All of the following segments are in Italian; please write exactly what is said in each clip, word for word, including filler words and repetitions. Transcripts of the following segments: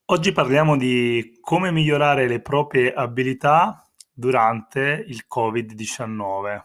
Oggi parliamo di come migliorare le proprie abilità durante il covid diciannove.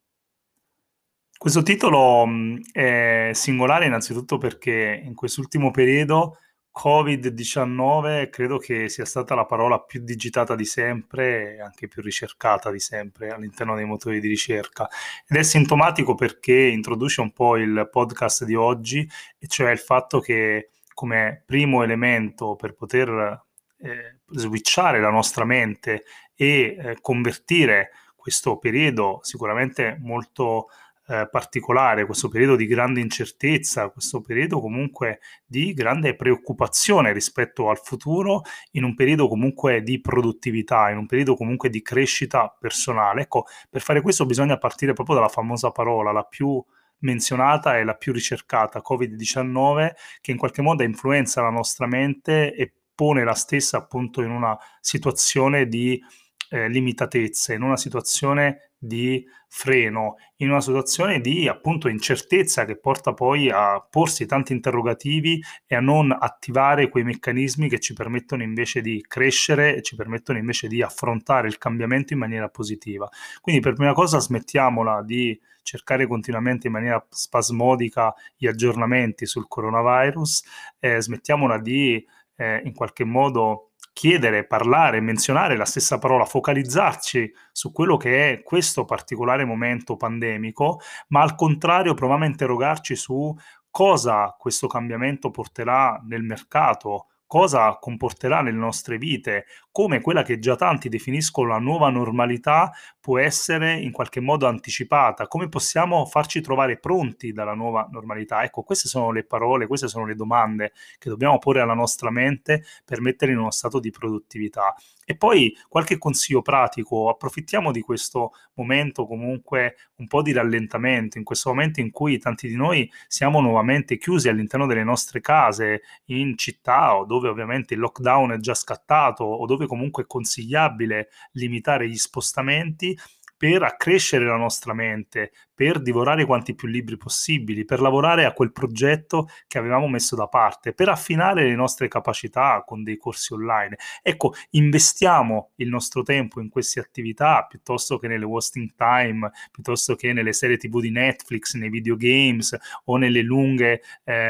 Questo titolo, mhmm, è singolare innanzitutto perché in quest'ultimo periodo covid diciannove credo che sia stata la parola più digitata di sempre e anche più ricercata di sempre all'interno dei motori di ricerca. Ed è sintomatico perché introduce un po' il podcast di oggi, e cioè il fatto che come primo elemento per poter, ehm, switchare la nostra mente e, ehm, convertire questo periodo sicuramente molto ehm, particolare, questo periodo di grande incertezza, questo periodo comunque di grande preoccupazione rispetto al futuro, in un periodo comunque di produttività, in un periodo comunque di crescita personale. Ecco, per fare questo bisogna partire proprio dalla famosa parola, la più menzionata e la più ricercata, covid diciannove, che in qualche modo influenza la nostra mente e pone la stessa appunto in una situazione di, ehm, limitatezza, in una situazione di freno, in una situazione di appunto incertezza che porta poi a porsi tanti interrogativi e a non attivare quei meccanismi che ci permettono invece di crescere e ci permettono invece di affrontare il cambiamento in maniera positiva. Quindi per prima cosa smettiamola di cercare continuamente in maniera spasmodica gli aggiornamenti sul coronavirus, eh, smettiamola di eh, in qualche modo chiedere, parlare, menzionare la stessa parola, focalizzarci su quello che è questo particolare momento pandemico, ma al contrario proviamo a interrogarci su cosa questo cambiamento porterà nel mercato, cosa comporterà nelle nostre vite, come quella che già tanti definiscono la nuova normalità può essere in qualche modo anticipata, come possiamo farci trovare pronti dalla nuova normalità. Ecco, queste sono le parole, queste sono le domande che dobbiamo porre alla nostra mente per mettere in uno stato di produttività. E poi qualche consiglio pratico: approfittiamo di questo momento comunque un po' di rallentamento, in questo momento in cui tanti di noi siamo nuovamente chiusi all'interno delle nostre case, in città o dove ovviamente il lockdown è già scattato o dove comunque è consigliabile limitare gli spostamenti, per accrescere la nostra mente, per divorare quanti più libri possibili, per lavorare a quel progetto che avevamo messo da parte, per affinare le nostre capacità con dei corsi online. Ecco, investiamo il nostro tempo in queste attività piuttosto che nelle wasting time, piuttosto che nelle serie tivù di Netflix, nei videogames o nelle lunghe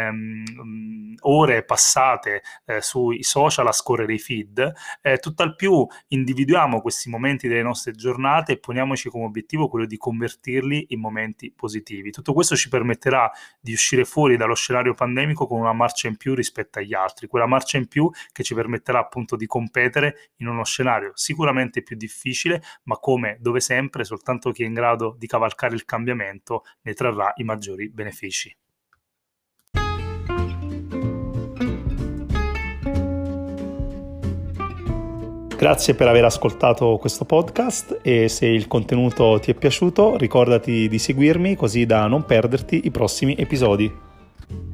ehm, ore passate eh, sui social a scorrere i feed. Eh, tutt'al più individuiamo questi momenti delle nostre giornate e poniamoci come obiettivo quello di convertirli in momenti positivi. Tutto questo ci permetterà di uscire fuori dallo scenario pandemico con una marcia in più rispetto agli altri, quella marcia in più che ci permetterà appunto di competere in uno scenario sicuramente più difficile, ma come dove sempre soltanto chi è in grado di cavalcare il cambiamento ne trarrà i maggiori benefici. Grazie per aver ascoltato questo podcast e se il contenuto ti è piaciuto ricordati di seguirmi così da non perderti i prossimi episodi.